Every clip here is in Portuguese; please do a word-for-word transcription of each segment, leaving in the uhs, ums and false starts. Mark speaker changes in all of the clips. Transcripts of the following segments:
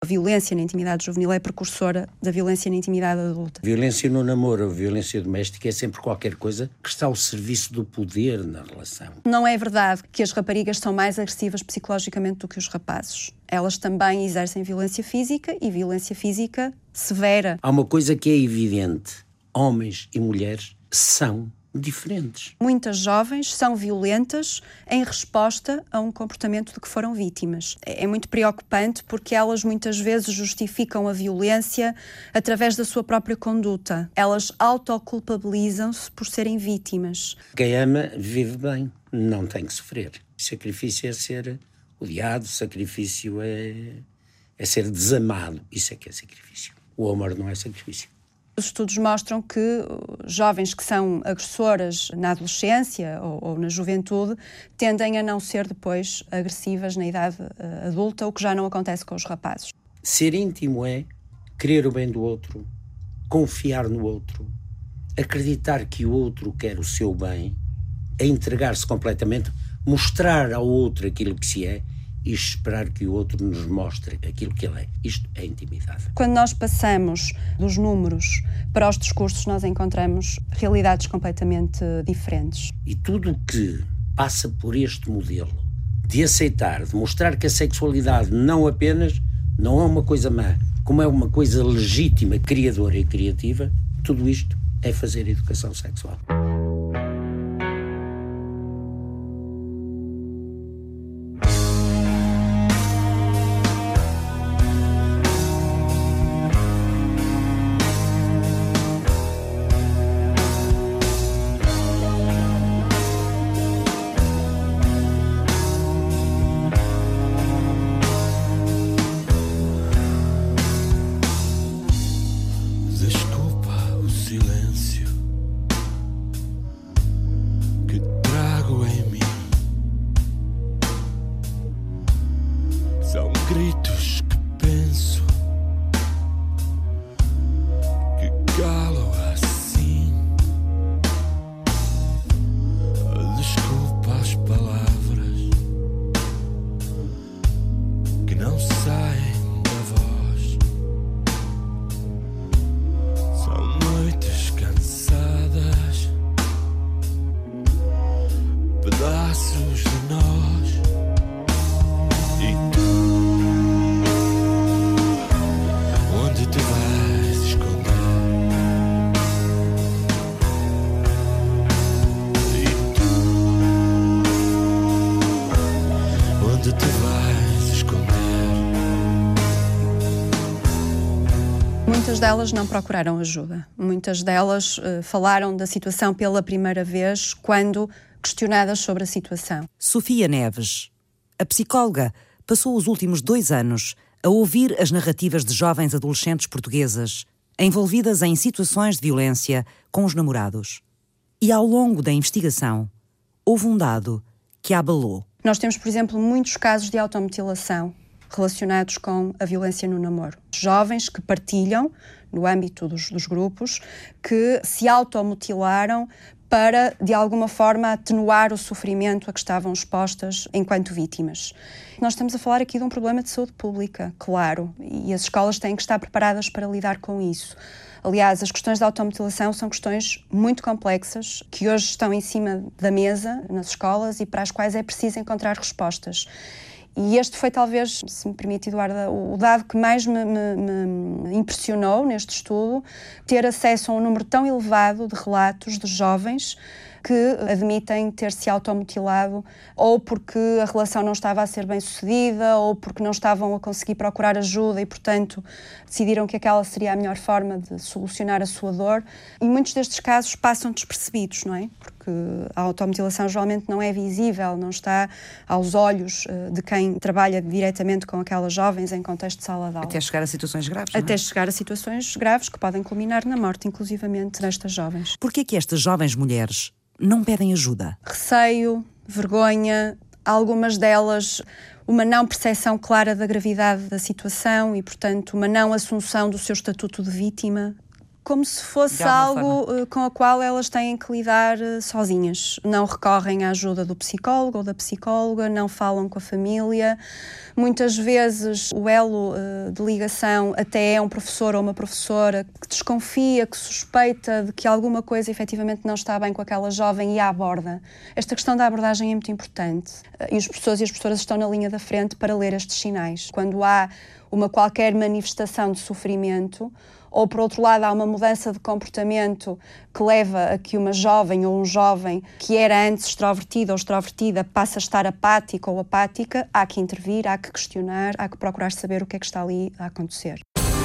Speaker 1: A violência na intimidade juvenil é precursora da violência na intimidade adulta.
Speaker 2: Violência no namoro, a violência doméstica é sempre qualquer coisa que está ao serviço do poder na relação.
Speaker 1: Não é verdade que as raparigas são mais agressivas psicologicamente do que os rapazes. Elas também exercem violência física e violência física severa.
Speaker 2: Há uma coisa que é evidente. Homens e mulheres são diferentes.
Speaker 1: Muitas jovens são violentas em resposta a um comportamento de que foram vítimas. É muito preocupante porque elas muitas vezes justificam a violência através da sua própria conduta. Elas autoculpabilizam-se por serem vítimas.
Speaker 2: Quem ama vive bem, não tem que sofrer. O sacrifício é ser odiado, o sacrifício é, é ser desamado. Isso é que é sacrifício. O amor não é sacrifício.
Speaker 1: Os estudos mostram que jovens que são agressoras na adolescência ou, ou na juventude tendem a não ser depois agressivas na idade uh, adulta, o que já não acontece com os rapazes.
Speaker 2: Ser íntimo é querer o bem do outro, confiar no outro, acreditar que o outro quer o seu bem, é entregar-se completamente, mostrar ao outro aquilo que se é e esperar que o outro nos mostre aquilo que ele é. Isto é intimidade.
Speaker 1: Quando nós passamos dos números para os discursos, nós encontramos realidades completamente diferentes.
Speaker 2: E tudo o que passa por este modelo de aceitar, de mostrar que a sexualidade não apenas não é uma coisa má, como é uma coisa legítima, criadora e criativa, tudo isto é fazer educação sexual.
Speaker 1: Muitas delas não procuraram ajuda. Muitas delas uh, falaram da situação pela primeira vez quando questionadas sobre a situação.
Speaker 3: Sofia Neves, a psicóloga, passou os últimos dois anos a ouvir as narrativas de jovens adolescentes portuguesas envolvidas em situações de violência com os namorados. E ao longo da investigação, houve um dado que a abalou.
Speaker 1: Nós temos, por exemplo, muitos casos de automutilação relacionados com a violência no namoro. Jovens que partilham, no âmbito dos, dos grupos, que se automutilaram para, de alguma forma, atenuar o sofrimento a que estavam expostas enquanto vítimas. Nós estamos a falar aqui de um problema de saúde pública, claro, e as escolas têm que estar preparadas para lidar com isso. Aliás, as questões da automutilação são questões muito complexas, que hoje estão em cima da mesa nas escolas e para as quais é preciso encontrar respostas. E este foi talvez, se me permite, Eduarda, o dado que mais me, me, me impressionou neste estudo, ter acesso a um número tão elevado de relatos de jovens que admitem ter se automutilado ou porque a relação não estava a ser bem sucedida ou porque não estavam a conseguir procurar ajuda e, portanto, decidiram que aquela seria a melhor forma de solucionar a sua dor. E muitos destes casos passam despercebidos, não é? Porque a automutilação geralmente não é visível, não está aos olhos de quem trabalha diretamente com aquelas jovens em contexto de sala de aula.
Speaker 3: Até chegar a situações graves, não é?
Speaker 1: Até chegar a situações graves que podem culminar na morte, inclusivamente, destas jovens.
Speaker 3: Porquê que estas jovens mulheres não pedem ajuda?
Speaker 1: Receio, vergonha, algumas delas uma não percepção clara da gravidade da situação e, portanto, uma não assunção do seu estatuto de vítima, como se fosse algo forma. com a qual elas têm que lidar sozinhas. Não recorrem à ajuda do psicólogo ou da psicóloga, não falam com a família. Muitas vezes o elo uh, de ligação até é um professor ou uma professora que desconfia, que suspeita de que alguma coisa efetivamente não está bem com aquela jovem e a aborda. Esta questão da abordagem é muito importante. Uh, e os professores e as professoras estão na linha da frente para ler estes sinais. Quando há uma qualquer manifestação de sofrimento, ou por outro lado há uma mudança de comportamento que leva a que uma jovem ou um jovem que era antes extrovertido ou extrovertida passa a estar apático ou apática, há que intervir, há que questionar, há que procurar saber o que é que está ali a acontecer.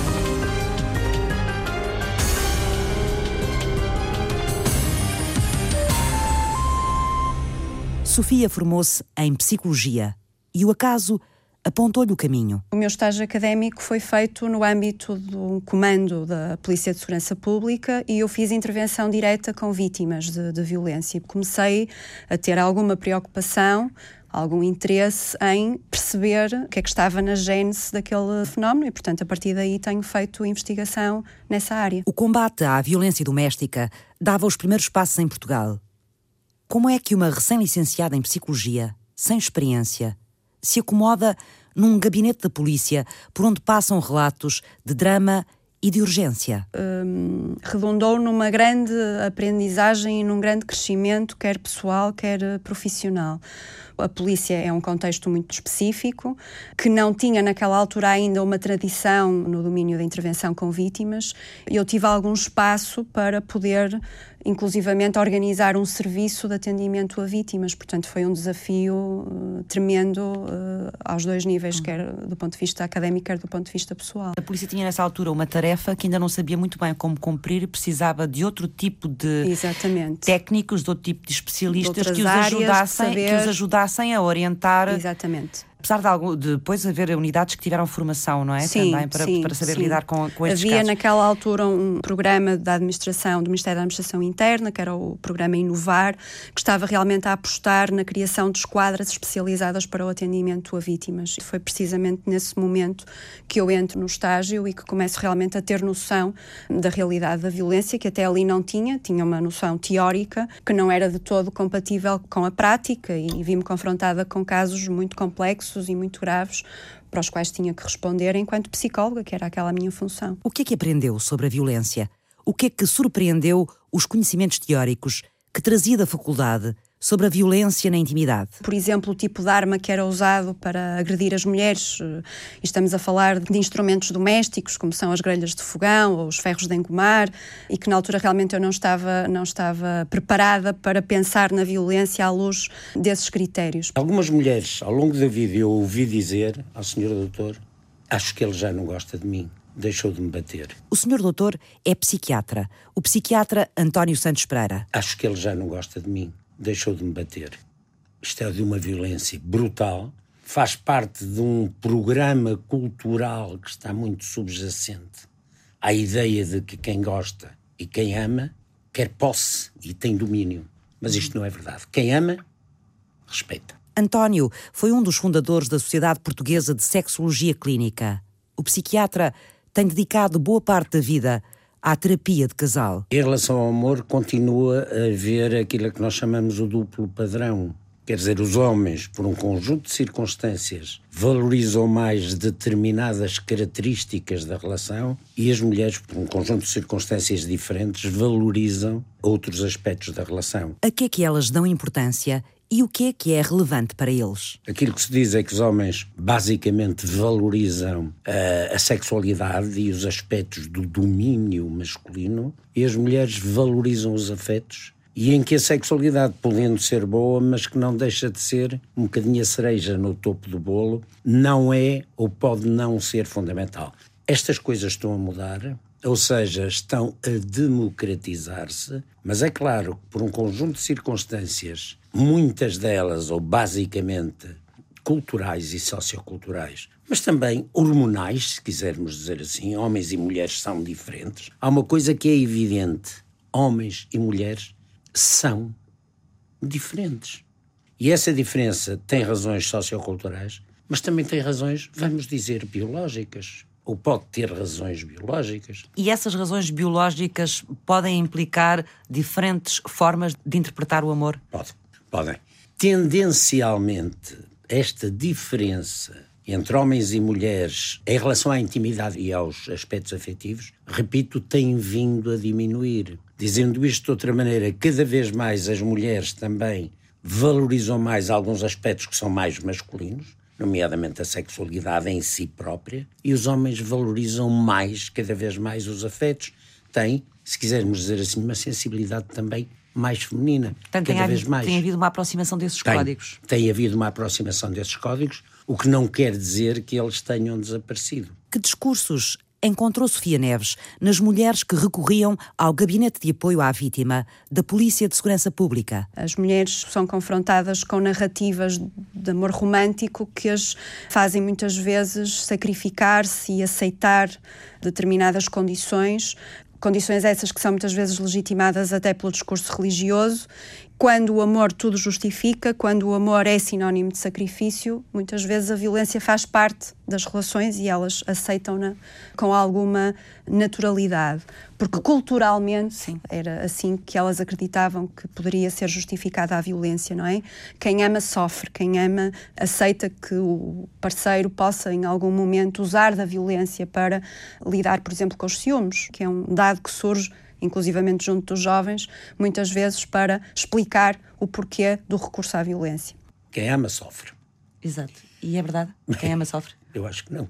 Speaker 3: Sofia formou-se em Psicologia e o acaso apontou-lhe o caminho.
Speaker 1: O meu estágio académico foi feito no âmbito do comando da Polícia de Segurança Pública e eu fiz intervenção direta com vítimas de, de violência. Comecei a ter alguma preocupação, algum interesse em perceber o que é que estava na gênese daquele fenómeno e, portanto, a partir daí tenho feito investigação nessa área.
Speaker 3: O combate à violência doméstica dava os primeiros passos em Portugal. Como é que uma recém-licenciada em Psicologia, sem experiência, se acomoda num gabinete da polícia por onde passam relatos de drama e de urgência?
Speaker 1: Hum, redundou numa grande aprendizagem e num grande crescimento, quer pessoal, quer profissional. A polícia é um contexto muito específico, que não tinha naquela altura ainda uma tradição no domínio da intervenção com vítimas. Eu tive algum espaço para poder, inclusivamente, organizar um serviço de atendimento a vítimas. Portanto, foi um desafio uh, tremendo uh, aos dois níveis, uhum. quer do ponto de vista académico, quer do ponto de vista pessoal.
Speaker 3: A polícia tinha nessa altura uma tarefa que ainda não sabia muito bem como cumprir e precisava de outro tipo de
Speaker 1: Exatamente.
Speaker 3: técnicos, de outro tipo de especialistas
Speaker 1: de
Speaker 3: que os ajudassem, de que os ajudassem a orientar.
Speaker 1: Exatamente.
Speaker 3: Apesar de algo, de depois haver unidades que tiveram formação, não é?
Speaker 1: Sim,
Speaker 3: também para,
Speaker 1: sim,
Speaker 3: para saber
Speaker 1: sim.
Speaker 3: lidar com, com estes
Speaker 1: Havia
Speaker 3: casos.
Speaker 1: naquela altura um programa da administração, do Ministério da Administração Interna, que era o programa Inovar, que estava realmente a apostar na criação de esquadras especializadas para o atendimento a vítimas. E foi precisamente nesse momento que eu entro no estágio e que começo realmente a ter noção da realidade da violência, que até ali não tinha, tinha uma noção teórica, que não era de todo compatível com a prática e vi-me confrontada com casos muito complexos e muito graves para os quais tinha que responder enquanto psicóloga, que era aquela a minha função.
Speaker 3: O que é que aprendeu sobre a violência? O que é que surpreendeu os conhecimentos teóricos que trazia da faculdade sobre a violência na intimidade?
Speaker 1: Por exemplo, o tipo de arma que era usado para agredir as mulheres. E estamos a falar de instrumentos domésticos, como são as grelhas de fogão ou os ferros de engomar, e que na altura realmente eu não estava, não estava preparada para pensar na violência à luz desses critérios.
Speaker 2: Algumas mulheres, ao longo da vida, eu ouvi dizer ao senhor doutor: acho que ele já não gosta de mim, deixou de me bater.
Speaker 3: O senhor doutor é psiquiatra, o psiquiatra António Santos Pereira.
Speaker 2: Acho que ele já não gosta de mim, deixou de me bater. Isto é de uma violência brutal, faz parte de um programa cultural que está muito subjacente à ideia de que quem gosta e quem ama quer posse e tem domínio. Mas isto não é verdade. Quem ama, respeita.
Speaker 3: António foi um dos fundadores da Sociedade Portuguesa de Sexologia Clínica. O psiquiatra tem dedicado boa parte da vida à terapia de casal.
Speaker 2: Em relação ao amor, continua a haver aquilo que nós chamamos o duplo padrão. Quer dizer, os homens, por um conjunto de circunstâncias, valorizam mais determinadas características da relação e as mulheres, por um conjunto de circunstâncias diferentes, valorizam outros aspectos da relação.
Speaker 3: A que é que elas dão importância e o que é que é relevante para eles?
Speaker 2: Aquilo que se diz é que os homens basicamente valorizam uh, a sexualidade e os aspectos do domínio masculino e as mulheres valorizam os afetos, e em que a sexualidade, podendo ser boa, mas que não deixa de ser um bocadinho a cereja no topo do bolo, não é ou pode não ser fundamental. Estas coisas estão a mudar, ou seja, estão a democratizar-se, mas é claro que por um conjunto de circunstâncias, muitas delas, ou basicamente culturais e socioculturais, mas também hormonais, se quisermos dizer assim, homens e mulheres são diferentes. Há uma coisa que é evidente: homens e mulheres são diferentes. E essa diferença tem razões socioculturais, mas também tem razões, vamos dizer, biológicas. ou pode ter razões biológicas.
Speaker 3: E essas razões biológicas podem implicar diferentes formas de interpretar o amor?
Speaker 2: Pode, podem. Tendencialmente, esta diferença entre homens e mulheres em relação à intimidade e aos aspectos afetivos, repito, tem vindo a diminuir. Dizendo isto de outra maneira, cada vez mais as mulheres também valorizam mais alguns aspectos que são mais masculinos, nomeadamente a sexualidade em si própria, e os homens valorizam mais, cada vez mais, os afetos. Têm, se quisermos dizer assim, uma sensibilidade também mais feminina,
Speaker 3: Portanto,
Speaker 2: cada
Speaker 3: tem
Speaker 2: vez
Speaker 3: havido,
Speaker 2: mais.
Speaker 3: Tem havido uma aproximação desses
Speaker 2: tem,
Speaker 3: códigos.
Speaker 2: Tem havido uma aproximação desses códigos, o que não quer dizer que eles tenham desaparecido.
Speaker 3: Que discursos encontrou Sofia Neves nas mulheres que recorriam ao Gabinete de Apoio à Vítima da Polícia de Segurança Pública?
Speaker 1: As mulheres são confrontadas com narrativas de amor romântico que as fazem muitas vezes sacrificar-se e aceitar determinadas condições, condições essas que são muitas vezes legitimadas até pelo discurso religioso. Quando o amor tudo justifica, quando o amor é sinónimo de sacrifício, muitas vezes a violência faz parte das relações e elas aceitam-na com alguma naturalidade. Porque culturalmente, sim, era assim que elas acreditavam que poderia ser justificada a violência, não é? Quem ama sofre, quem ama aceita que o parceiro possa em algum momento usar da violência para lidar, por exemplo, com os ciúmes, que é um dado que surge inclusivamente junto dos jovens, muitas vezes para explicar o porquê do recurso à violência.
Speaker 2: Quem ama sofre.
Speaker 3: Exato. E é verdade? Quem ama sofre?
Speaker 2: Eu acho que não.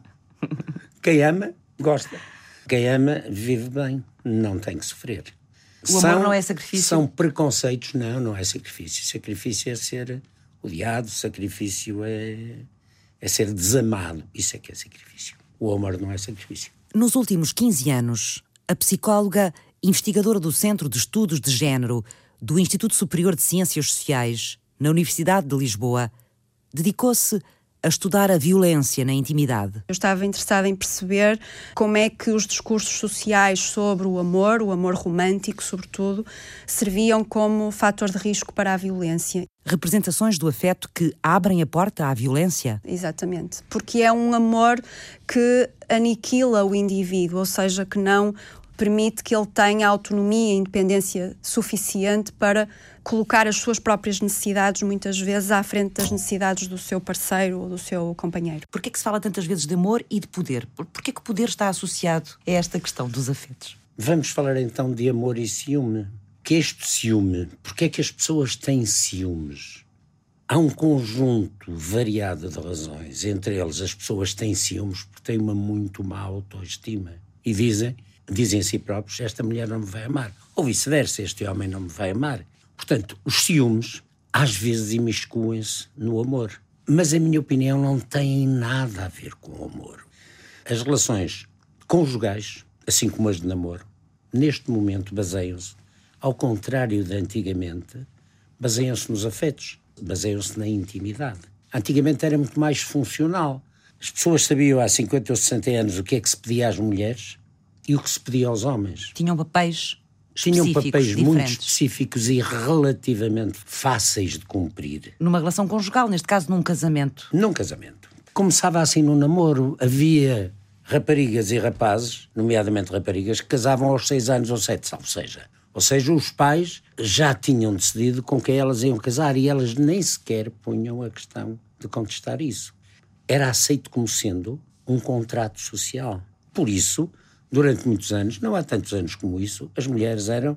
Speaker 2: Quem ama, gosta. Quem ama, vive bem. Não tem que sofrer.
Speaker 3: O amor
Speaker 2: são,
Speaker 3: não é sacrifício?
Speaker 2: São preconceitos. Não, não é sacrifício. Sacrifício é ser odiado, sacrifício é, é ser desamado. Isso é que é sacrifício. O amor não é sacrifício.
Speaker 3: Nos últimos quinze anos, a psicóloga investigadora do Centro de Estudos de Género do Instituto Superior de Ciências Sociais, na Universidade de Lisboa, dedicou-se a estudar a violência na intimidade.
Speaker 1: Eu estava interessada em perceber como é que os discursos sociais sobre o amor, o amor romântico, sobretudo, serviam como fator de risco para a violência.
Speaker 3: Representações do afeto que abrem a porta à violência?
Speaker 1: Exatamente, porque é um amor que aniquila o indivíduo, ou seja, que não permite que ele tenha autonomia e independência suficiente para colocar as suas próprias necessidades, muitas vezes, à frente das necessidades do seu parceiro ou do seu companheiro.
Speaker 3: Porquê é que se fala tantas vezes de amor e de poder? Porquê é que o poder está associado a esta questão dos afetos?
Speaker 2: Vamos falar então de amor e ciúme. Que este ciúme, porquê é que as pessoas têm ciúmes? Há um conjunto variado de razões. Entre eles, as pessoas têm ciúmes porque têm uma muito má autoestima. E dizem... Dizem a si próprios, esta mulher não me vai amar. Ou vice-versa, este homem não me vai amar. Portanto, os ciúmes, às vezes, imiscuem-se no amor. Mas, a minha opinião, não têm nada a ver com o amor. As relações conjugais, assim como as de namoro, neste momento baseiam-se, ao contrário de antigamente, baseiam-se nos afetos, baseiam-se na intimidade. Antigamente era muito mais funcional. As pessoas sabiam há cinquenta ou sessenta anos o que é que se pedia às mulheres e o que se pedia aos homens.
Speaker 3: Tinham papéis
Speaker 2: Tinham papéis
Speaker 3: diferentes.
Speaker 2: muito específicos e relativamente fáceis de cumprir.
Speaker 3: Numa relação conjugal, neste caso num casamento.
Speaker 2: Num casamento. Começava assim no namoro. Havia raparigas e rapazes, nomeadamente raparigas, que casavam aos seis anos ou sete, salvo seja. Ou seja, os pais já tinham decidido com quem elas iam casar e elas nem sequer punham a questão de contestar isso. Era aceito como sendo um contrato social. Por isso, durante muitos anos, não há tantos anos como isso, as mulheres eram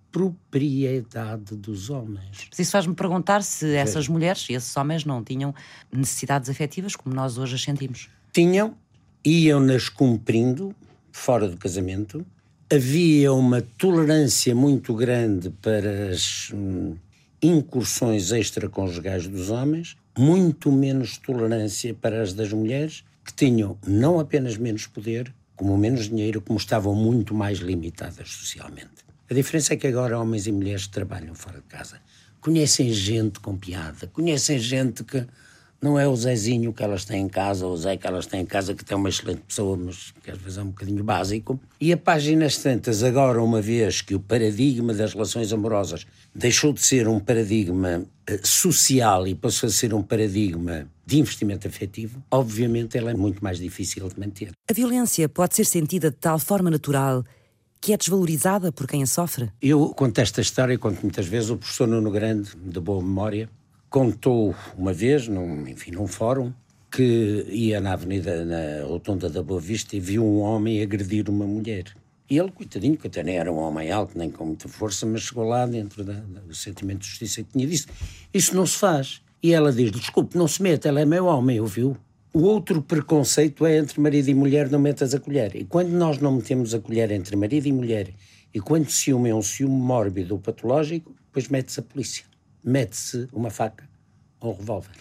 Speaker 2: propriedade dos homens.
Speaker 3: Mas isso faz-me perguntar se essas mulheres e esses homens não tinham necessidades afetivas como nós hoje as sentimos.
Speaker 2: Tinham, iam-nas cumprindo, fora do casamento. Havia uma tolerância muito grande para as hum, incursões extraconjugais dos homens, muito menos tolerância para as das mulheres, que tinham não apenas menos poder, como menos dinheiro, como estavam muito mais limitadas socialmente. A diferença é que agora homens e mulheres trabalham fora de casa. Conhecem gente com piada, conhecem gente que Não é o Zezinho que elas têm em casa, ou o Zé que elas têm em casa, que tem uma excelente pessoa, mas que às vezes é um bocadinho básico. E a páginas tantas, agora, uma vez que o paradigma das relações amorosas deixou de ser um paradigma uh, social e passou a ser um paradigma de investimento afetivo, obviamente ela é muito mais difícil de manter.
Speaker 3: A violência pode ser sentida de tal forma natural que é desvalorizada por quem a sofre?
Speaker 2: Eu conto esta história, conto muitas vezes, o professor Nuno Grande, de boa memória, contou uma vez, num, enfim, num fórum, que ia na avenida, na rotunda da Boa Vista, e viu um homem agredir uma mulher. E ele, coitadinho, que até nem era um homem alto, nem com muita força, mas chegou lá dentro da, da, do sentimento de justiça e tinha dito: isso não se faz. E ela diz: desculpe, não se mete, ela é meu homem, ouviu? O outro preconceito é entre marido e mulher, não metas a colher. E quando nós não metemos a colher entre marido e mulher, e quando ciúme é um ciúme mórbido ou patológico, depois mete-se a polícia. Mete-se uma faca ou um revólver.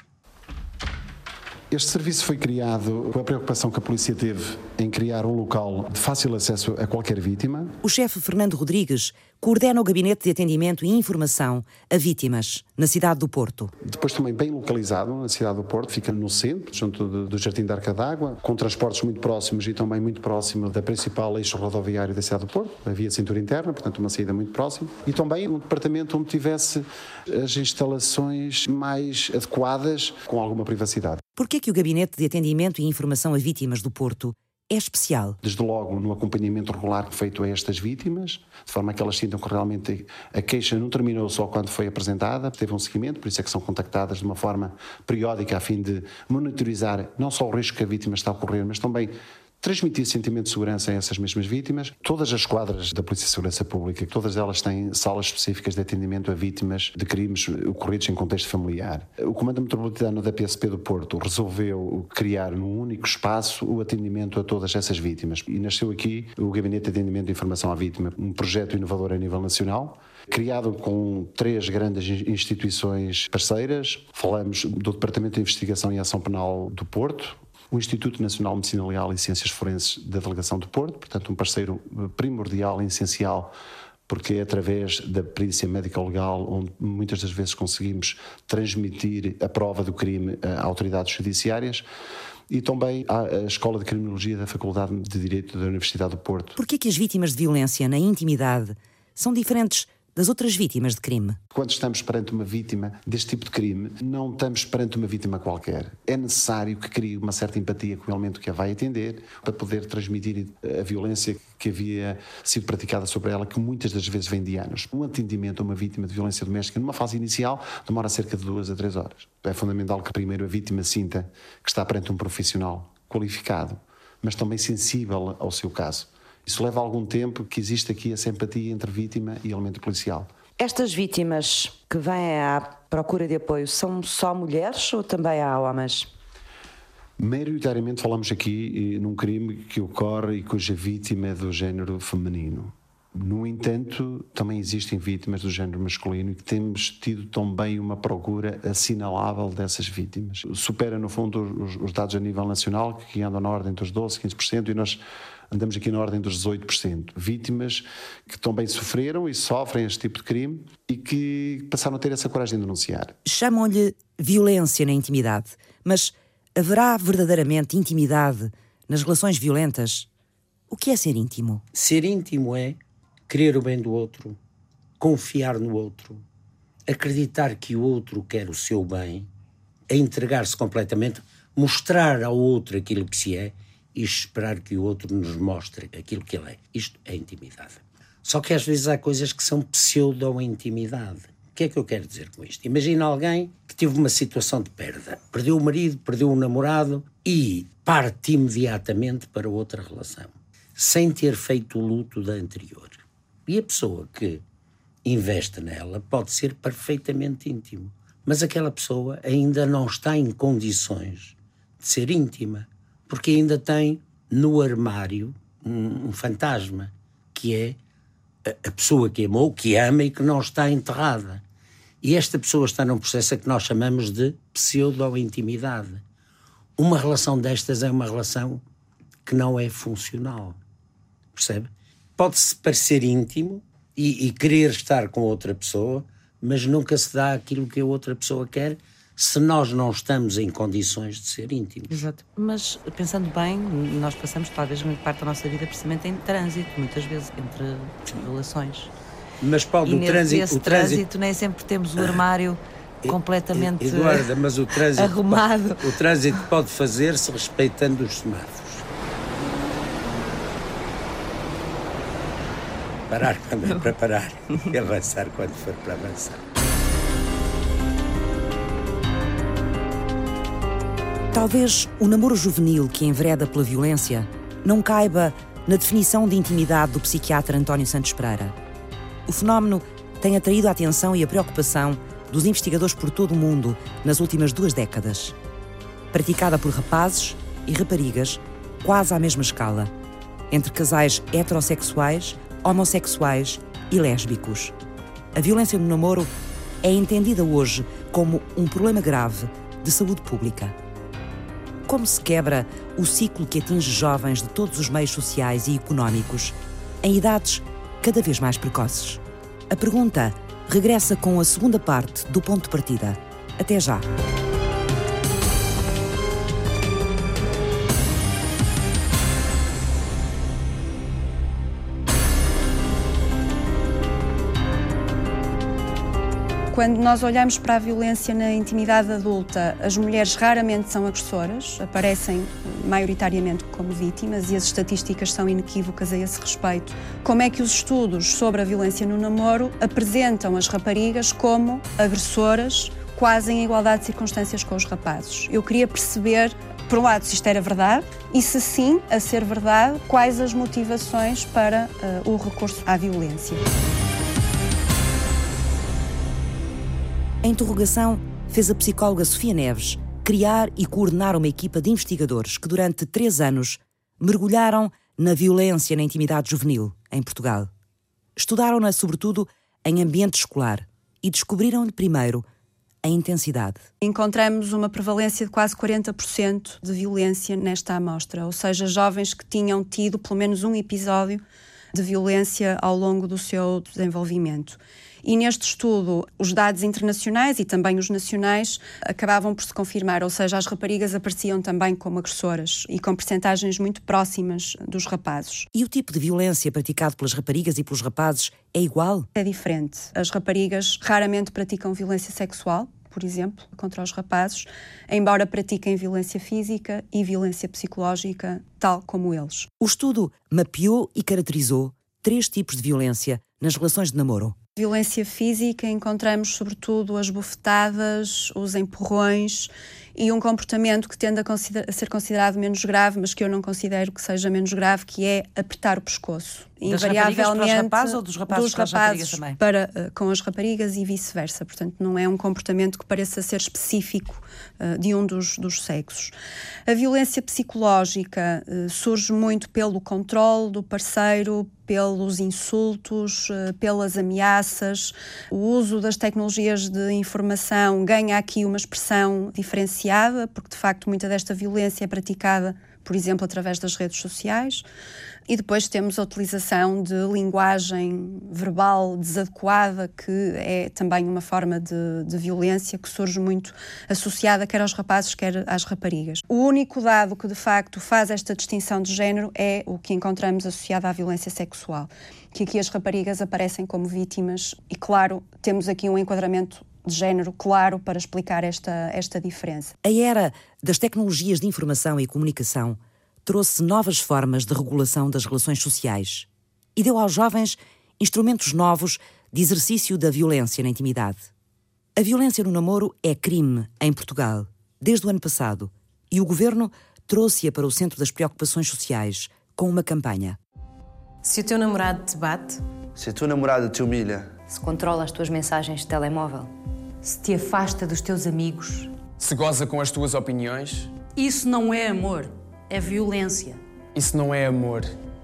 Speaker 4: Este serviço foi criado com a preocupação que a polícia teve em criar um local de fácil acesso a qualquer vítima.
Speaker 3: O chefe Fernando Rodrigues coordena o Gabinete de Atendimento e Informação a Vítimas, na cidade do Porto.
Speaker 4: Depois também bem localizado na cidade do Porto, fica no centro, junto do, do Jardim da Arca d'Água, com transportes muito próximos e também muito próximo da principal eixo rodoviário da cidade do Porto, a via cintura interna, portanto uma saída muito próxima. E também um departamento onde tivesse as instalações mais adequadas, com alguma privacidade.
Speaker 3: Por que é que o Gabinete de Atendimento e Informação a Vítimas do Porto é especial?
Speaker 4: Desde logo no acompanhamento regular feito a estas vítimas, de forma que elas sintam que realmente a queixa não terminou só quando foi apresentada, teve um seguimento, por isso é que são contactadas de uma forma periódica a fim de monitorizar não só o risco que a vítima está a ocorrer, mas também transmitir sentimento de segurança a essas mesmas vítimas. Todas as esquadras da Polícia de Segurança Pública, todas elas têm salas específicas de atendimento a vítimas de crimes ocorridos em contexto familiar. O Comando Metropolitano da P S P do Porto resolveu criar num único espaço o atendimento a todas essas vítimas. E nasceu aqui o Gabinete de Atendimento e Informação à Vítima, um projeto inovador a nível nacional, criado com três grandes instituições parceiras. Falamos do Departamento de Investigação e Ação Penal do Porto, o Instituto Nacional de Medicina Legal e Ciências Forenses da Delegação do Porto, portanto um parceiro primordial e essencial, porque é através da perícia médico-legal onde muitas das vezes conseguimos transmitir a prova do crime a autoridades judiciárias, e também a Escola de Criminologia da Faculdade de Direito da Universidade do Porto.
Speaker 3: Por que é que as vítimas de violência na intimidade são diferentes das outras vítimas de crime?
Speaker 4: Quando estamos perante uma vítima deste tipo de crime, não estamos perante uma vítima qualquer. É necessário que crie uma certa empatia com o elemento que a vai atender para poder transmitir a violência que havia sido praticada sobre ela, que muitas das vezes vem de anos. Um atendimento a uma vítima de violência doméstica numa fase inicial demora cerca de duas a três horas. É fundamental que primeiro a vítima sinta que está perante um profissional qualificado, mas também sensível ao seu caso. Isso leva algum tempo que existe aqui essa empatia entre vítima e elemento policial.
Speaker 5: Estas vítimas que vêm à procura de apoio são só mulheres ou também há homens?
Speaker 4: Maioritariamente falamos aqui num crime que ocorre e cuja vítima é do género feminino. No entanto, também existem vítimas do género masculino e que temos tido também uma procura assinalável dessas vítimas. Supera, no fundo, os, os dados a nível nacional, que andam na ordem dos doze, quinze por cento, e nós andamos aqui na ordem dos dezoito por cento. Vítimas que também sofreram e sofrem este tipo de crime e que passaram a ter essa coragem de denunciar.
Speaker 3: Chamam-lhe violência na intimidade, mas haverá verdadeiramente intimidade nas relações violentas? O que é ser íntimo?
Speaker 2: Ser íntimo é querer o bem do outro, confiar no outro, acreditar que o outro quer o seu bem, a entregar-se completamente, mostrar ao outro aquilo que se é e esperar que o outro nos mostre aquilo que ele é. Isto é intimidade. Só que às vezes há coisas que são pseudo-intimidade. O que é que eu quero dizer com isto? Imagina alguém que teve uma situação de perda, perdeu o marido, perdeu o namorado e parte imediatamente para outra relação, sem ter feito o luto da anterior. E a pessoa que investe nela pode ser perfeitamente íntimo, mas aquela pessoa ainda não está em condições de ser íntima, porque ainda tem no armário um, um fantasma, que é a, a pessoa que amou, que ama e que não está enterrada. E esta pessoa está num processo que nós chamamos de pseudo-intimidade. Uma relação destas é uma relação que não é funcional. Percebe? Pode-se parecer íntimo e, e querer estar com outra pessoa, mas nunca se dá aquilo que a outra pessoa quer, se nós não estamos em condições de ser íntimos.
Speaker 3: Exato. Mas, pensando bem, nós passamos talvez grande parte da nossa vida precisamente em trânsito, muitas vezes, entre relações.
Speaker 2: Mas, Paulo,
Speaker 3: e
Speaker 2: o trânsito...
Speaker 3: Nesse
Speaker 2: o trânsito,
Speaker 3: trânsito nem sempre temos o armário completamente
Speaker 2: Eduarda, mas o trânsito
Speaker 3: arrumado.
Speaker 2: Pode, o trânsito pode fazer-se respeitando os semáforos. Parar quando é para parar e avançar quando for para avançar.
Speaker 3: Talvez o namoro juvenil que envereda pela violência não caiba na definição de intimidade do psiquiatra António Santos Pereira. O fenómeno tem atraído a atenção e a preocupação dos investigadores por todo o mundo nas últimas duas décadas. Praticada por rapazes e raparigas quase à mesma escala, entre casais heterossexuais, homossexuais e lésbicos. A violência no namoro é entendida hoje como um problema grave de saúde pública. Como se quebra o ciclo que atinge jovens de todos os meios sociais e económicos, em idades cada vez mais precoces? A pergunta regressa com a segunda parte do Ponto de Partida. Até já!
Speaker 1: Quando nós olhamos para a violência na intimidade adulta, as mulheres raramente são agressoras, aparecem maioritariamente como vítimas e as estatísticas são inequívocas a esse respeito. Como é que os estudos sobre a violência no namoro apresentam as raparigas como agressoras, quase em igualdade de circunstâncias com os rapazes? Eu queria perceber, por um lado, se isto era verdade e, se sim, a ser verdade, quais as motivações para uh, o recurso à violência.
Speaker 3: A interrogação fez a psicóloga Sofia Neves criar e coordenar uma equipa de investigadores que durante três anos mergulharam na violência na intimidade juvenil em Portugal. Estudaram-na sobretudo em ambiente escolar e descobriram-lhe primeiro a intensidade.
Speaker 1: Encontramos uma prevalência de quase quarenta por cento de violência nesta amostra, ou seja, jovens que tinham tido pelo menos um episódio de violência ao longo do seu desenvolvimento. E neste estudo, os dados internacionais e também os nacionais acabavam por se confirmar, ou seja, as raparigas apareciam também como agressoras e com percentagens muito próximas dos rapazes.
Speaker 3: E o tipo de violência praticado pelas raparigas e pelos rapazes é igual?
Speaker 1: É diferente. As raparigas raramente praticam violência sexual, por exemplo, contra os rapazes, embora pratiquem violência física e violência psicológica, tal como eles.
Speaker 3: O estudo mapeou e caracterizou três tipos de violência nas relações de namoro.
Speaker 1: Violência física, encontramos sobretudo as bofetadas, os empurrões e um comportamento que tende a, consider- a ser considerado menos grave, mas que eu não considero que seja menos grave, que é apertar o pescoço.
Speaker 3: Das raparigas para os rapazes ou dos rapazes
Speaker 1: dos
Speaker 3: para as
Speaker 1: rapazes
Speaker 3: raparigas também?
Speaker 1: Para, uh, com as raparigas e vice-versa. Portanto, não é um comportamento que pareça ser específico uh, de um dos, dos sexos. A violência psicológica uh, surge muito pelo controle do parceiro, pelos insultos, uh, pelas ameaças. O uso das tecnologias de informação ganha aqui uma expressão diferenciada, porque de facto muita desta violência é praticada, por exemplo, através das redes sociais. E depois temos a utilização de linguagem verbal desadequada, que é também uma forma de, de violência que surge muito associada quer aos rapazes, quer às raparigas. O único dado que de facto faz esta distinção de género é o que encontramos associado à violência sexual, que aqui as raparigas aparecem como vítimas e, claro, temos aqui um enquadramento de género claro para explicar esta, esta diferença.
Speaker 3: A era das tecnologias de informação e comunicação trouxe novas formas de regulação das relações sociais e deu aos jovens instrumentos novos de exercício da violência na intimidade. A violência no namoro é crime em Portugal desde o ano passado e o governo trouxe-a para o centro das preocupações sociais com uma campanha.
Speaker 6: Se o teu namorado te bate,
Speaker 7: se a tua namorada te humilha,
Speaker 8: se controla as tuas mensagens de telemóvel,
Speaker 6: se te afasta dos teus amigos,
Speaker 9: se goza com as tuas opiniões,
Speaker 10: isso não é amor, é violência.
Speaker 9: Isso não é amor,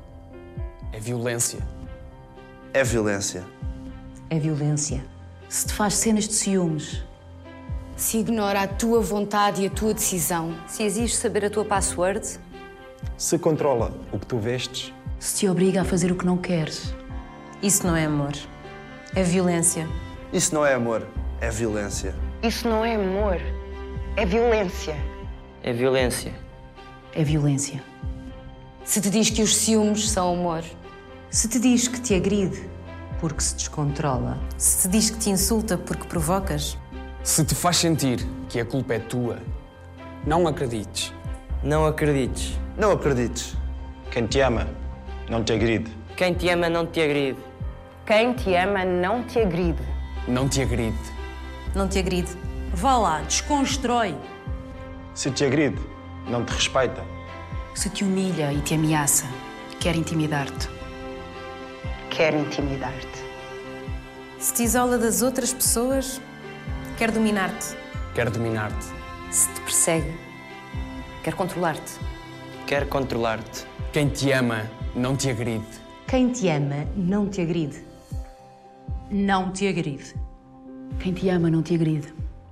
Speaker 9: é violência.
Speaker 7: É violência.
Speaker 10: É violência. Se te faz cenas de ciúmes,
Speaker 8: se ignora a tua vontade e a tua decisão, se exige saber a tua password,
Speaker 11: se controla o que tu vestes,
Speaker 10: se te obriga a fazer o que não queres,
Speaker 6: isso não é amor, é violência.
Speaker 7: Isso não é amor, é violência.
Speaker 8: Isso não é amor,
Speaker 12: É violência.
Speaker 13: É violência.
Speaker 10: É violência.
Speaker 8: Se te diz que os ciúmes são amor.
Speaker 6: Se te diz que te agride porque se descontrola. Se te diz que te insulta porque provocas.
Speaker 9: Se te faz sentir que a culpa é tua, não acredites.
Speaker 13: Não acredites.
Speaker 7: Não acredites.
Speaker 11: Quem te ama, não te agride.
Speaker 13: Quem te ama não te agride.
Speaker 12: Quem te ama não te agride.
Speaker 9: Não te agride.
Speaker 6: Não te agride.
Speaker 10: Vá lá, desconstrói.
Speaker 11: Se te agride, não te respeita.
Speaker 10: Se te humilha e te ameaça, quer intimidar-te.
Speaker 12: Quer intimidar-te.
Speaker 6: Se te isola das outras pessoas, quer dominar-te.
Speaker 9: Quer dominar-te.
Speaker 8: Se te persegue, quer controlar-te.
Speaker 13: Quer controlar-te.
Speaker 9: Quem te ama não te agride.
Speaker 6: Quem te ama não te agride.
Speaker 10: Não te agride. Quem te ama não te agride.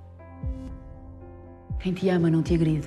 Speaker 10: Quem te ama não te agride.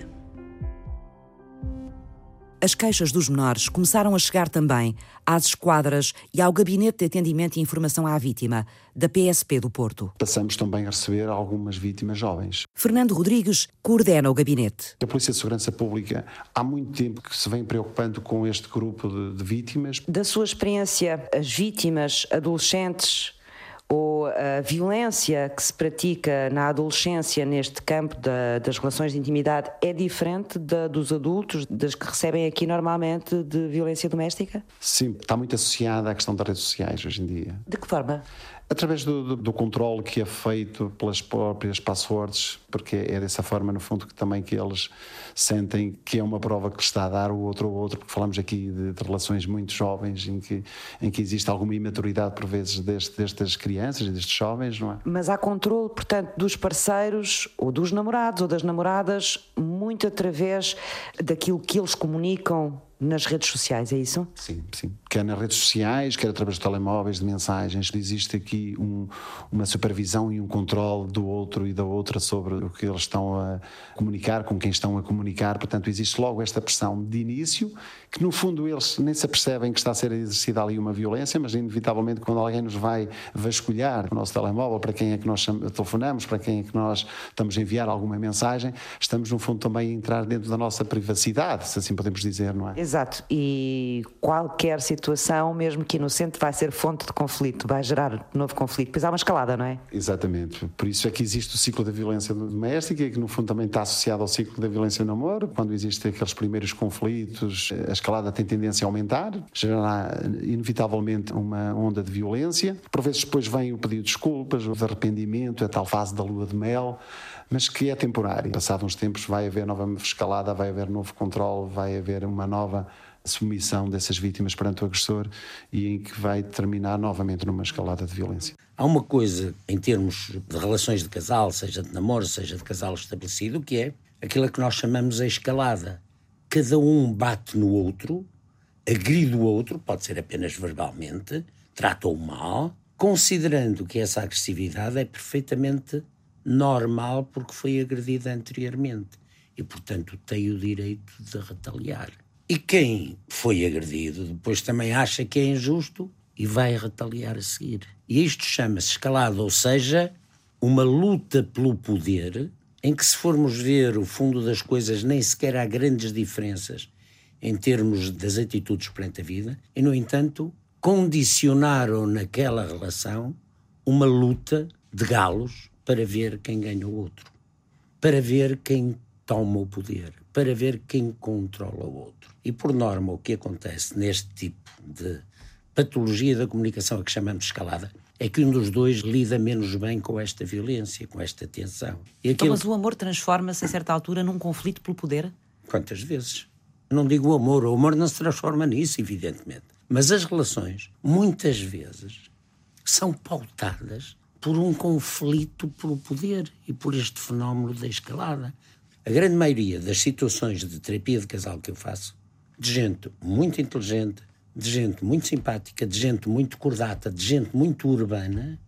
Speaker 3: As queixas dos menores começaram a chegar também às esquadras e ao Gabinete de Atendimento e Informação à Vítima, da P S P do Porto.
Speaker 4: Passamos também a receber algumas vítimas jovens.
Speaker 3: Fernando Rodrigues coordena o gabinete.
Speaker 4: A Polícia de Segurança Pública há muito tempo que se vem preocupando com este grupo de, de vítimas.
Speaker 5: Da sua experiência, as vítimas adolescentes ou a violência que se pratica na adolescência neste campo da, das relações de intimidade é diferente da dos adultos, das que recebem aqui normalmente de violência doméstica?
Speaker 4: Sim, está muito associada à questão das redes sociais hoje em dia.
Speaker 5: De que forma?
Speaker 4: Através do, do, do controle que é feito pelas próprias passwords, porque é dessa forma, no fundo, que também que eles sentem que é uma prova que lhes está a dar o outro ao outro, porque falamos aqui de, de relações muito jovens em que, em que existe alguma imaturidade, por vezes, deste, destas crianças e destes jovens, não é?
Speaker 5: Mas há controle, portanto, dos parceiros, ou dos namorados, ou das namoradas, muito através daquilo que eles comunicam nas redes sociais, é isso?
Speaker 4: Sim, sim. Quer nas redes sociais, quer através de telemóveis, de mensagens. Existe aqui um, uma supervisão e um controle do outro e da outra sobre o que eles estão a comunicar, com quem estão a comunicar. Portanto, existe logo esta pressão de início, que no fundo eles nem se apercebem que está a ser exercida ali uma violência, mas inevitavelmente quando alguém nos vai vasculhar o nosso telemóvel, para quem é que nós telefonamos, para quem é que nós estamos a enviar alguma mensagem, estamos no fundo também a entrar dentro da nossa privacidade, se assim podemos dizer, não é?
Speaker 5: Exato, e qualquer situação, mesmo que inocente, vai ser fonte de conflito, vai gerar novo conflito, pois há uma escalada, não é?
Speaker 4: Exatamente, por isso é que existe o ciclo da violência doméstica, que no fundo também está associado ao ciclo da violência no namoro. Quando existem aqueles primeiros conflitos, a escalada tem tendência a aumentar, gerará inevitavelmente uma onda de violência. Por vezes depois vem o pedido de desculpas, o de arrependimento, a tal fase da lua de mel, mas que é temporário. Passados uns tempos vai haver nova escalada, vai haver novo controle, vai haver uma nova submissão dessas vítimas perante o agressor e em que vai terminar novamente numa escalada de violência.
Speaker 2: Há uma coisa em termos de relações de casal, seja de namoro, seja de casal estabelecido, que é aquilo que nós chamamos a escalada. Cada um bate no outro, agride o outro, pode ser apenas verbalmente, trata-o mal, considerando que essa agressividade é perfeitamente normal porque foi agredida anteriormente e, portanto, tem o direito de retaliar. E quem foi agredido depois também acha que é injusto e vai retaliar a seguir. E isto chama-se escalada, ou seja, uma luta pelo poder em que, se formos ver o fundo das coisas, nem sequer há grandes diferenças em termos das atitudes perante a vida e, no entanto, condicionaram naquela relação uma luta de galos para ver quem ganha o outro, para ver quem toma o poder, para ver quem controla o outro. E, por norma, o que acontece neste tipo de patologia da comunicação a que chamamos de escalada é que um dos dois lida menos bem com esta violência, com esta tensão. E aquilo...
Speaker 3: Mas o amor transforma-se, a certa altura, num conflito pelo poder?
Speaker 2: Quantas vezes? Não digo o amor, o amor não se transforma nisso, evidentemente. Mas as relações, muitas vezes, são pautadas por um conflito pelo poder e por este fenómeno da escalada. A grande maioria das situações de terapia de casal que eu faço, de gente muito inteligente, de gente muito simpática, de gente muito cordata, de gente muito urbana,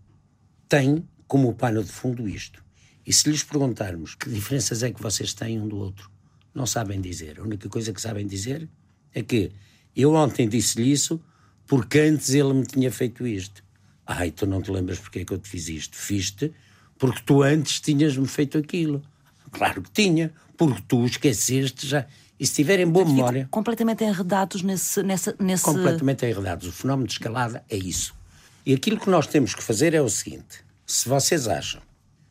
Speaker 2: tem como pano de fundo isto. E se lhes perguntarmos que diferenças é que vocês têm um do outro, não sabem dizer. A única coisa que sabem dizer é que eu ontem disse-lhe isso porque antes ele me tinha feito isto. Ai, tu não te lembras porque é que eu te fiz isto? Fiz-te porque tu antes tinhas-me feito aquilo. Claro que tinha, porque tu esqueceste já. E se tiverem boa
Speaker 3: Ficam
Speaker 2: memória...
Speaker 3: completamente enredados nesse, nessa, nesse...
Speaker 2: Completamente enredados. O fenómeno de escalada é isso. E aquilo que nós temos que fazer é o seguinte. Se vocês acham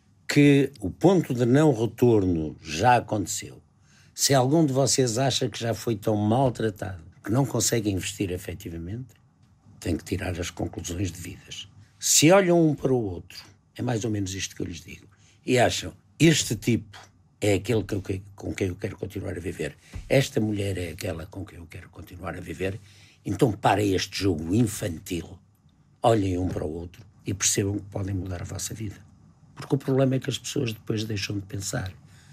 Speaker 2: que o ponto de não retorno já aconteceu, se algum de vocês acha que já foi tão maltratado que não consegue investir efetivamente, tem que tirar as conclusões devidas. Se olham um para o outro, é mais ou menos isto que eu lhes digo, e acham, este tipo é aquele que eu, com quem eu quero continuar a viver, esta mulher é aquela com quem eu quero continuar a viver, então parem este jogo infantil, olhem um para o outro e percebam que podem mudar a vossa vida. Porque o problema é que as pessoas depois deixam de pensar.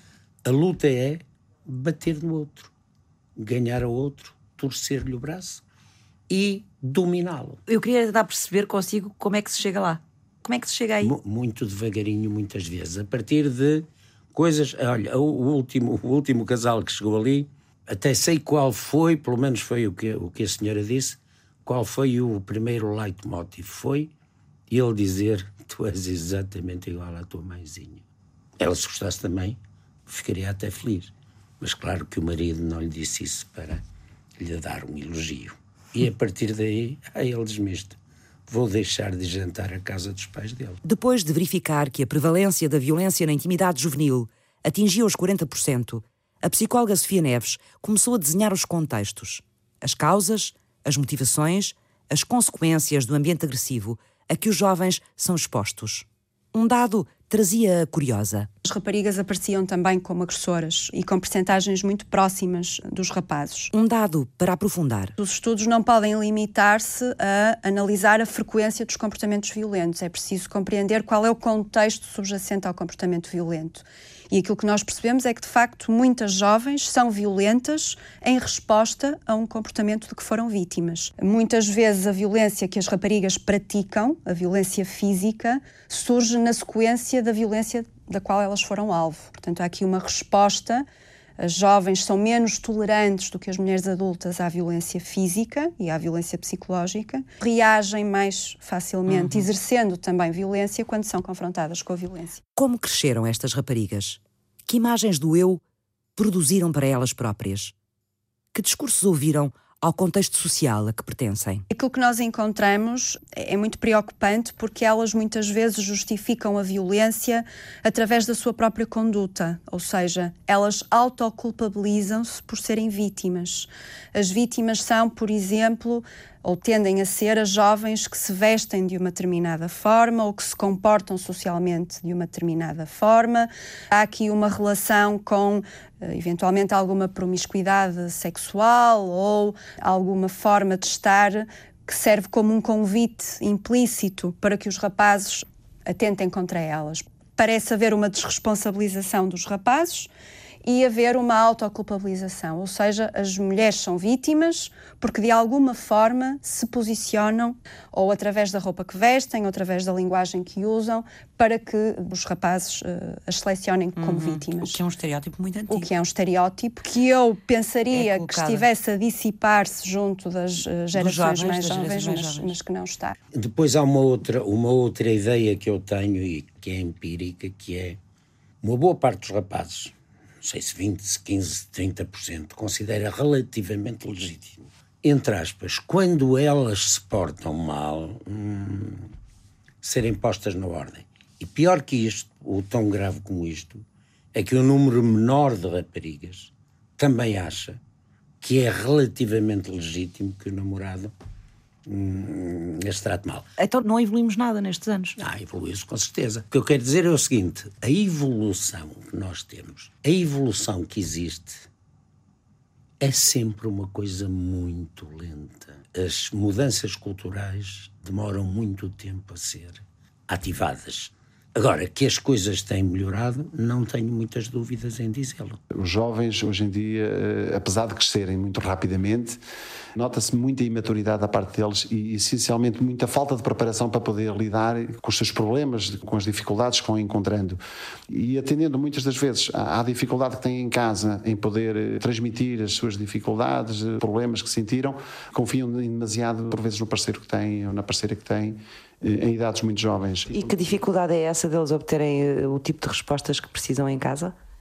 Speaker 2: A luta é bater no outro, ganhar ao outro, torcer-lhe o braço e dominá-lo.
Speaker 3: Eu queria tentar perceber consigo como é que se chega lá. Como é que se chega aí?
Speaker 2: M- muito devagarinho, muitas vezes. A partir de coisas... Olha, o, o, último, o último casal que chegou ali, até sei qual foi, pelo menos foi o que, o que a senhora disse, qual foi o primeiro leitmotiv. Foi ele dizer, tu és exatamente igual à tua mãezinha. Ela, se gostasse também, ficaria até feliz. Mas claro que o marido não lhe disse isso para lhe dar um elogio. E a partir daí, aí ele desmiste. Vou deixar de jantar à casa dos pais dele.
Speaker 3: Depois de verificar que a prevalência da violência na intimidade juvenil atingiu os quarenta por cento, a psicóloga Sofia Neves começou a desenhar os contextos, as causas, as motivações, as consequências do ambiente agressivo a que os jovens são expostos. Um dado trazia a curiosa.
Speaker 1: As raparigas apareciam também como agressoras e com percentagens muito próximas dos rapazes.
Speaker 3: Um dado para aprofundar.
Speaker 1: Os estudos não podem limitar-se a analisar a frequência dos comportamentos violentos. É preciso compreender qual é o contexto subjacente ao comportamento violento. E aquilo que nós percebemos é que, de facto, muitas jovens são violentas em resposta a um comportamento de que foram vítimas. Muitas vezes a violência que as raparigas praticam, a violência física, surge na sequência da violência da qual elas foram alvo. Portanto, há aqui uma resposta. As jovens são menos tolerantes do que as mulheres adultas à violência física e à violência psicológica. Reagem mais facilmente, uhum. exercendo também violência quando são confrontadas com a violência.
Speaker 3: Como cresceram estas raparigas? Que imagens do eu produziram para elas próprias? Que discursos ouviram ao contexto social a que pertencem?
Speaker 1: Aquilo que nós encontramos é muito preocupante porque elas muitas vezes justificam a violência através da sua própria conduta, ou seja, elas autoculpabilizam-se por serem vítimas. As vítimas são, por exemplo, ou tendem a ser as jovens que se vestem de uma determinada forma ou que se comportam socialmente de uma determinada forma. Há aqui uma relação com, eventualmente, alguma promiscuidade sexual ou alguma forma de estar que serve como um convite implícito para que os rapazes atentem contra elas. Parece haver uma desresponsabilização dos rapazes e haver uma autoculpabilização, ou seja, as mulheres são vítimas porque de alguma forma se posicionam, ou através da roupa que vestem, ou através da linguagem que usam, para que os rapazes uh, as selecionem como uhum. vítimas.
Speaker 3: O que é um estereótipo muito antigo.
Speaker 1: O que é um estereótipo que eu pensaria é que estivesse a dissipar-se junto das uh, gerações jovens, mais jovens, mais mas, jovens, mas que não está.
Speaker 2: Depois há uma outra, uma outra ideia que eu tenho e que é empírica, que é uma boa parte dos rapazes, não sei se vinte, quinze, trinta por cento, considera relativamente legítimo, entre aspas, quando elas se portam mal, hum, serem postas na ordem. E pior que isto, ou tão grave como isto, é que um número menor de raparigas também acha que é relativamente legítimo que o namorado hum, as trate mal.
Speaker 3: Então não evoluímos nada nestes anos?
Speaker 2: Ah, evoluiu-se com certeza. O que eu quero dizer é o seguinte, a evolução que nós temos, a evolução que existe é sempre uma coisa muito lenta. As mudanças culturais demoram muito tempo a ser ativadas. Agora, que as coisas têm melhorado, não tenho muitas dúvidas em dizê-lo.
Speaker 4: Os jovens, hoje em dia, apesar de crescerem muito rapidamente, nota-se muita imaturidade da parte deles e, essencialmente, muita falta de preparação para poder lidar com os seus problemas, com as dificuldades que vão encontrando. E atendendo muitas das vezes à dificuldade que têm em casa em poder transmitir as suas dificuldades, problemas que sentiram, confiam demasiado, por vezes, no parceiro que têm ou na parceira que têm, em idades muito jovens.
Speaker 5: E que dificuldade é essa deles obterem o tipo de respostas que precisam em casa?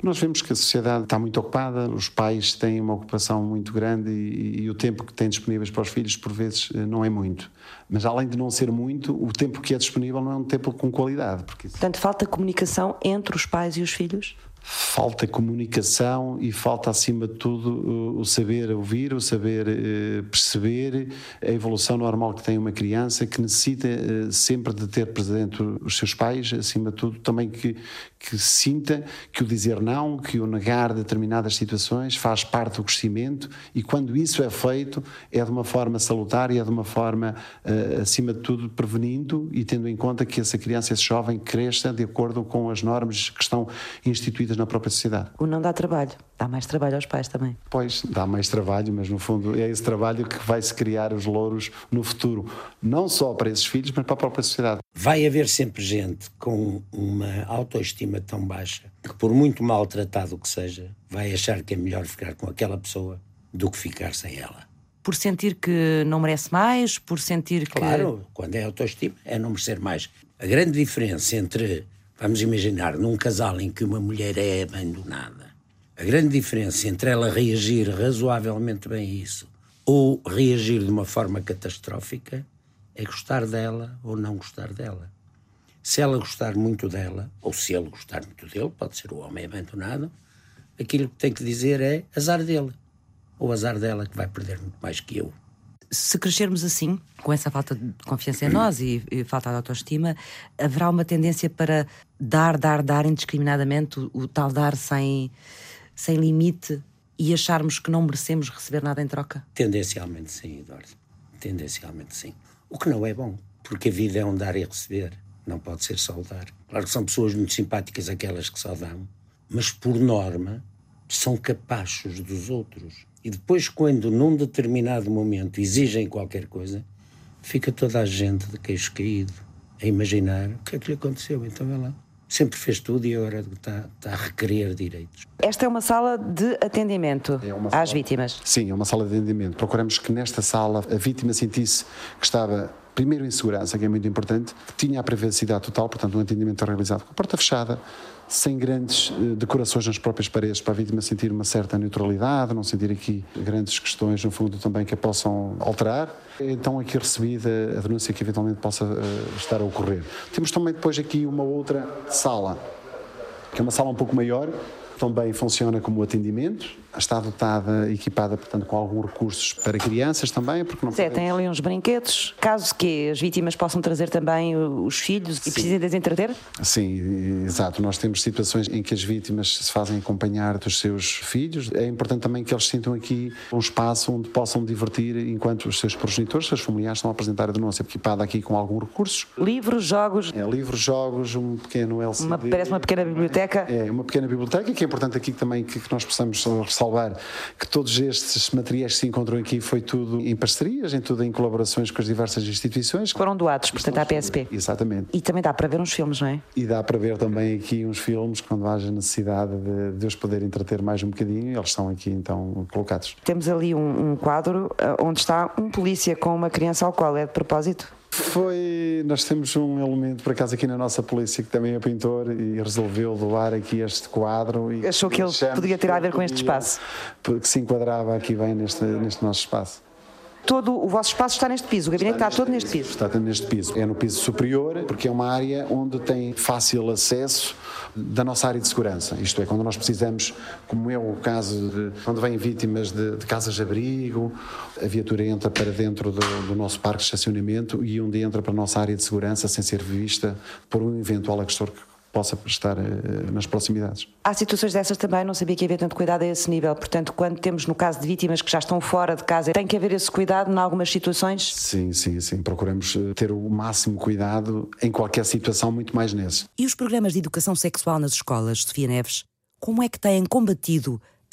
Speaker 4: Nós vemos que a sociedade está muito ocupada, os pais têm uma ocupação muito grande e, e o tempo que têm disponíveis para os filhos, por vezes, não é muito. Mas além de não ser muito, o tempo que é disponível não é um tempo com qualidade. Porque...
Speaker 5: Portanto, falta comunicação entre os pais e os filhos?
Speaker 4: Falta comunicação e falta, acima de tudo, o saber ouvir, o saber perceber a evolução normal que tem uma criança, que necessita sempre de ter presente os seus pais, acima de tudo, também que, que sinta que o dizer não, que o negar determinadas situações faz parte do crescimento, e quando isso é feito é de uma forma salutar e é de uma forma, acima de tudo, prevenindo e tendo em conta que essa criança, esse jovem, cresça de acordo com as normas que estão instituídas na própria sociedade.
Speaker 5: O não dá trabalho, dá mais trabalho aos pais também.
Speaker 4: Pois, dá mais trabalho, mas no fundo é esse trabalho que vai-se criar os louros no futuro, não só para esses filhos, mas para a própria sociedade.
Speaker 2: Vai haver sempre gente com uma autoestima tão baixa que, por muito maltratado que seja, vai achar que é melhor ficar com aquela pessoa do que ficar sem ela.
Speaker 3: Por sentir que não merece mais, por sentir que...
Speaker 2: Claro, quando é autoestima é não merecer mais. A grande diferença entre... Vamos imaginar, num casal em que uma mulher é abandonada, a grande diferença entre ela reagir razoavelmente bem a isso ou reagir de uma forma catastrófica é gostar dela ou não gostar dela. Se ela gostar muito dela, ou se ele gostar muito dele, pode ser o homem abandonado, aquilo que tem que dizer é azar dele, ou azar dela, que vai perder muito mais que eu.
Speaker 3: Se crescermos assim, com essa falta de confiança em nós e, e falta de autoestima, haverá uma tendência para dar, dar, dar indiscriminadamente, o, o tal dar sem, sem limite, e acharmos que não merecemos receber nada em troca?
Speaker 2: Tendencialmente sim, Eduardo. Tendencialmente sim. O que não é bom, porque a vida é um dar e receber, não pode ser só o dar. Claro que são pessoas muito simpáticas aquelas que só dão, mas por norma são capazes dos outros. E depois, quando num determinado momento exigem qualquer coisa, fica toda a gente de queixo caído a imaginar o que é que lhe aconteceu. Então é lá. Sempre fez tudo e agora está, está a requerer direitos.
Speaker 5: Esta é uma sala de atendimento
Speaker 4: é uma
Speaker 5: às
Speaker 4: sala...
Speaker 5: vítimas.
Speaker 4: Sim, é uma sala de atendimento. Procuramos que nesta sala a vítima sentisse que estava, primeiro, em segurança, que é muito importante, que tinha a privacidade total, portanto um atendimento realizado com a porta fechada, sem grandes uh, decorações nas próprias paredes, para a vítima sentir uma certa neutralidade, não sentir aqui grandes questões, no fundo, também que a possam alterar. Então aqui recebida a denúncia que eventualmente possa uh, estar a ocorrer. Temos também depois aqui uma outra sala, que é uma sala um pouco maior, também funciona como atendimento, está dotada, equipada, portanto, com alguns recursos para crianças também, porque não
Speaker 5: Zé, tem ali uns brinquedos, caso que as vítimas possam trazer também os filhos e precisem de entreter?
Speaker 4: Sim, exato. Nós temos situações em que as vítimas se fazem acompanhar dos seus filhos. É importante também que eles sintam aqui um espaço onde possam divertir enquanto os seus progenitores, os seus familiares estão a apresentar a denúncia, equipada aqui com alguns recursos.
Speaker 5: Livros, jogos?
Speaker 4: É, livros, jogos, um pequeno L C D.
Speaker 5: Uma, parece uma pequena biblioteca?
Speaker 4: É, uma pequena biblioteca, que é importante aqui também que, que nós possamos ressalvar que todos estes materiais que se encontram aqui foi tudo em parcerias, em tudo em colaborações com as diversas instituições.
Speaker 5: Foram doados, portanto, à P S P.
Speaker 4: Exatamente.
Speaker 5: E também dá para ver uns filmes, não é?
Speaker 4: E dá para ver também aqui uns filmes, quando haja necessidade de, de os poder entreter mais um bocadinho, eles estão aqui então colocados.
Speaker 5: Temos ali um, um quadro onde está um polícia com uma criança ao colo, é de propósito?
Speaker 4: Foi, nós temos um elemento por acaso aqui na nossa polícia que também é pintor e resolveu doar aqui este quadro. E
Speaker 5: achou que ele podia ter a ver com este espaço?
Speaker 4: Porque se enquadrava aqui bem neste, neste nosso espaço.
Speaker 5: Todo o vosso espaço está neste piso, o gabinete está, está todo neste piso?
Speaker 4: Está neste piso. É no piso superior, porque é uma área onde tem fácil acesso da nossa área de segurança. Isto é, quando nós precisamos, como é o caso de quando vêm vítimas de, de casas de abrigo, a viatura entra para dentro do, do nosso parque de estacionamento e onde entra para a nossa área de segurança sem ser vista por um eventual agressor que possa estar uh, nas proximidades.
Speaker 5: Há situações dessas também, não sabia que havia tanto cuidado a esse nível, portanto, quando temos no caso de vítimas que já estão fora de casa, tem que haver esse cuidado em algumas situações?
Speaker 4: Sim, sim, sim, procuramos ter o máximo cuidado em qualquer situação, muito mais nesse.
Speaker 3: E os programas de educação sexual nas escolas, Sofia Neves, como é que têm combatido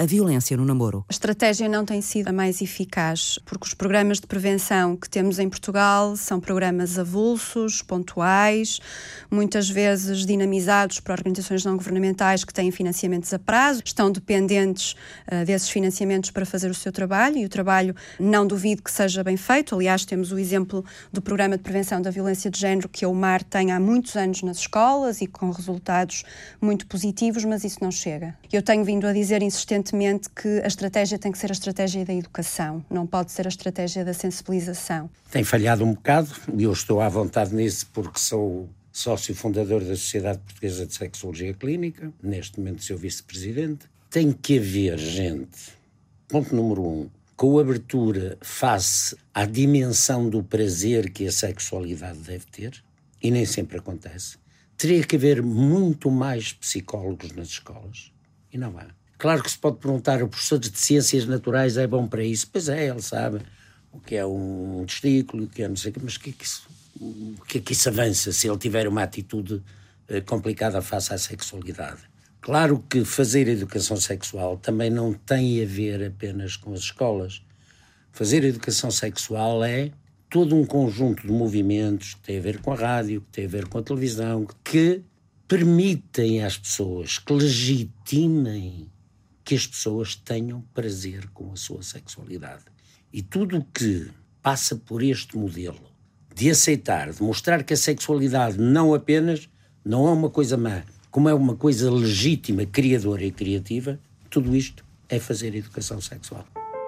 Speaker 3: a violência no namoro.
Speaker 1: A estratégia não tem sido a mais eficaz, porque os programas de prevenção que temos em Portugal são programas avulsos, pontuais, muitas vezes dinamizados por organizações não governamentais que têm financiamentos a prazo, estão dependentes uh, desses financiamentos para fazer o seu trabalho, e o trabalho não duvido que seja bem feito. Aliás, temos o exemplo do Programa de Prevenção da Violência de Género que a UMAR tem há muitos anos nas escolas e com resultados muito positivos, mas isso não chega. Eu tenho vindo a dizer insistentemente que a estratégia tem que ser a estratégia da educação, não pode ser a estratégia da sensibilização.
Speaker 2: Tem falhado um bocado, e eu estou à vontade nisso porque sou sócio fundador da Sociedade Portuguesa de Sexologia Clínica, neste momento sou vice-presidente. Tem que haver gente, ponto número um, com abertura face à dimensão do prazer que a sexualidade deve ter, e nem sempre acontece. Teria que haver muito mais psicólogos nas escolas, e não há. Claro que se pode perguntar, o professor de ciências naturais é bom para isso? Pois é, ele sabe o que é um testículo, o que é não sei o que, mas o que é que isso, o que é que isso avança se ele tiver uma atitude uh, complicada face à sexualidade? Claro que fazer educação sexual também não tem a ver apenas com as escolas. Fazer educação sexual é todo um conjunto de movimentos que tem a ver com a rádio, que tem a ver com a televisão, que permitem às pessoas, que legitimem que as pessoas tenham prazer com a sua sexualidade. E tudo o que passa por este modelo de aceitar, de mostrar que a sexualidade não apenas não é uma coisa má, como é uma coisa legítima, criadora e criativa, tudo isto é fazer educação sexual.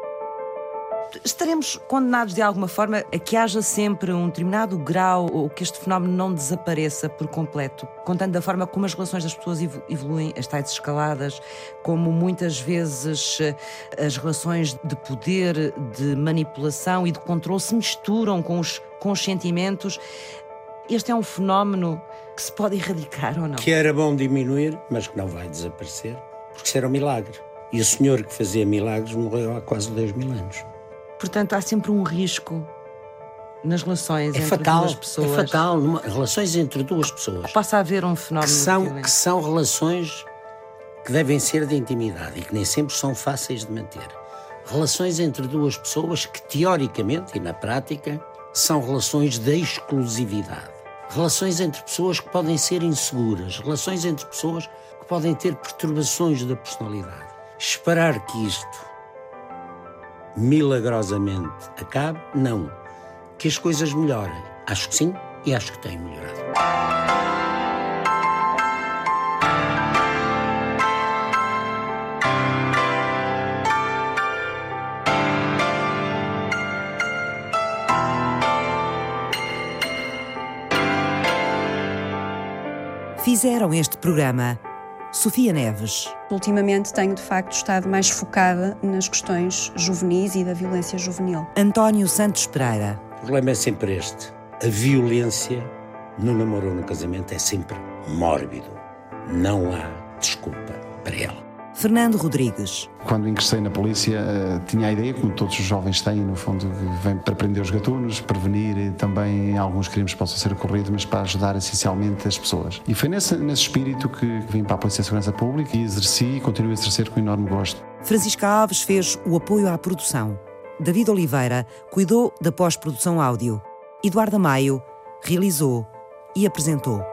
Speaker 3: Estaremos condenados de alguma forma a que haja sempre um determinado grau ou que este fenómeno não desapareça por completo, contando da forma como as relações das pessoas evoluem, as tais escaladas, como muitas vezes as relações de poder, de manipulação e de controle se misturam com os, com os sentimentos. Este é um fenómeno que se pode erradicar ou não?
Speaker 2: Que era bom diminuir, mas que não vai desaparecer, porque isso era um milagre. E o senhor que fazia milagres morreu há quase dois mil anos.
Speaker 3: Portanto, há sempre um risco nas relações
Speaker 2: é
Speaker 3: entre
Speaker 2: fatal,
Speaker 3: duas pessoas.
Speaker 2: É fatal, numa, relações entre duas pessoas.
Speaker 3: Passa a haver um fenómeno
Speaker 2: que são, que são relações que devem ser de intimidade e que nem sempre são fáceis de manter. Relações entre duas pessoas que, teoricamente e na prática, são relações de exclusividade. Relações entre pessoas que podem ser inseguras. Relações entre pessoas que podem ter perturbações da personalidade. Esperar que isto milagrosamente acabe? Não. Que as coisas melhorem? Acho que sim, e acho que têm melhorado.
Speaker 3: Fizeram este programa Sofia Neves.
Speaker 1: Ultimamente tenho, de facto, estado mais focada nas questões juvenis e da violência juvenil.
Speaker 3: António Santos Pereira.
Speaker 2: O problema é sempre este. A violência no namoro ou no casamento é sempre mórbido. Não há desculpa para ela.
Speaker 3: Fernando Rodrigues.
Speaker 4: Quando ingressei na polícia, tinha a ideia, como todos os jovens têm, no fundo, que vem para prender os gatunos, prevenir também alguns crimes que possam ser ocorridos, mas para ajudar essencialmente as pessoas. E foi nesse, nesse espírito que vim para a Polícia de Segurança Pública e exerci e continuo a exercer com enorme gosto.
Speaker 3: Francisca Alves fez o apoio à produção. David Oliveira cuidou da pós-produção áudio. Eduardo Maio realizou e apresentou.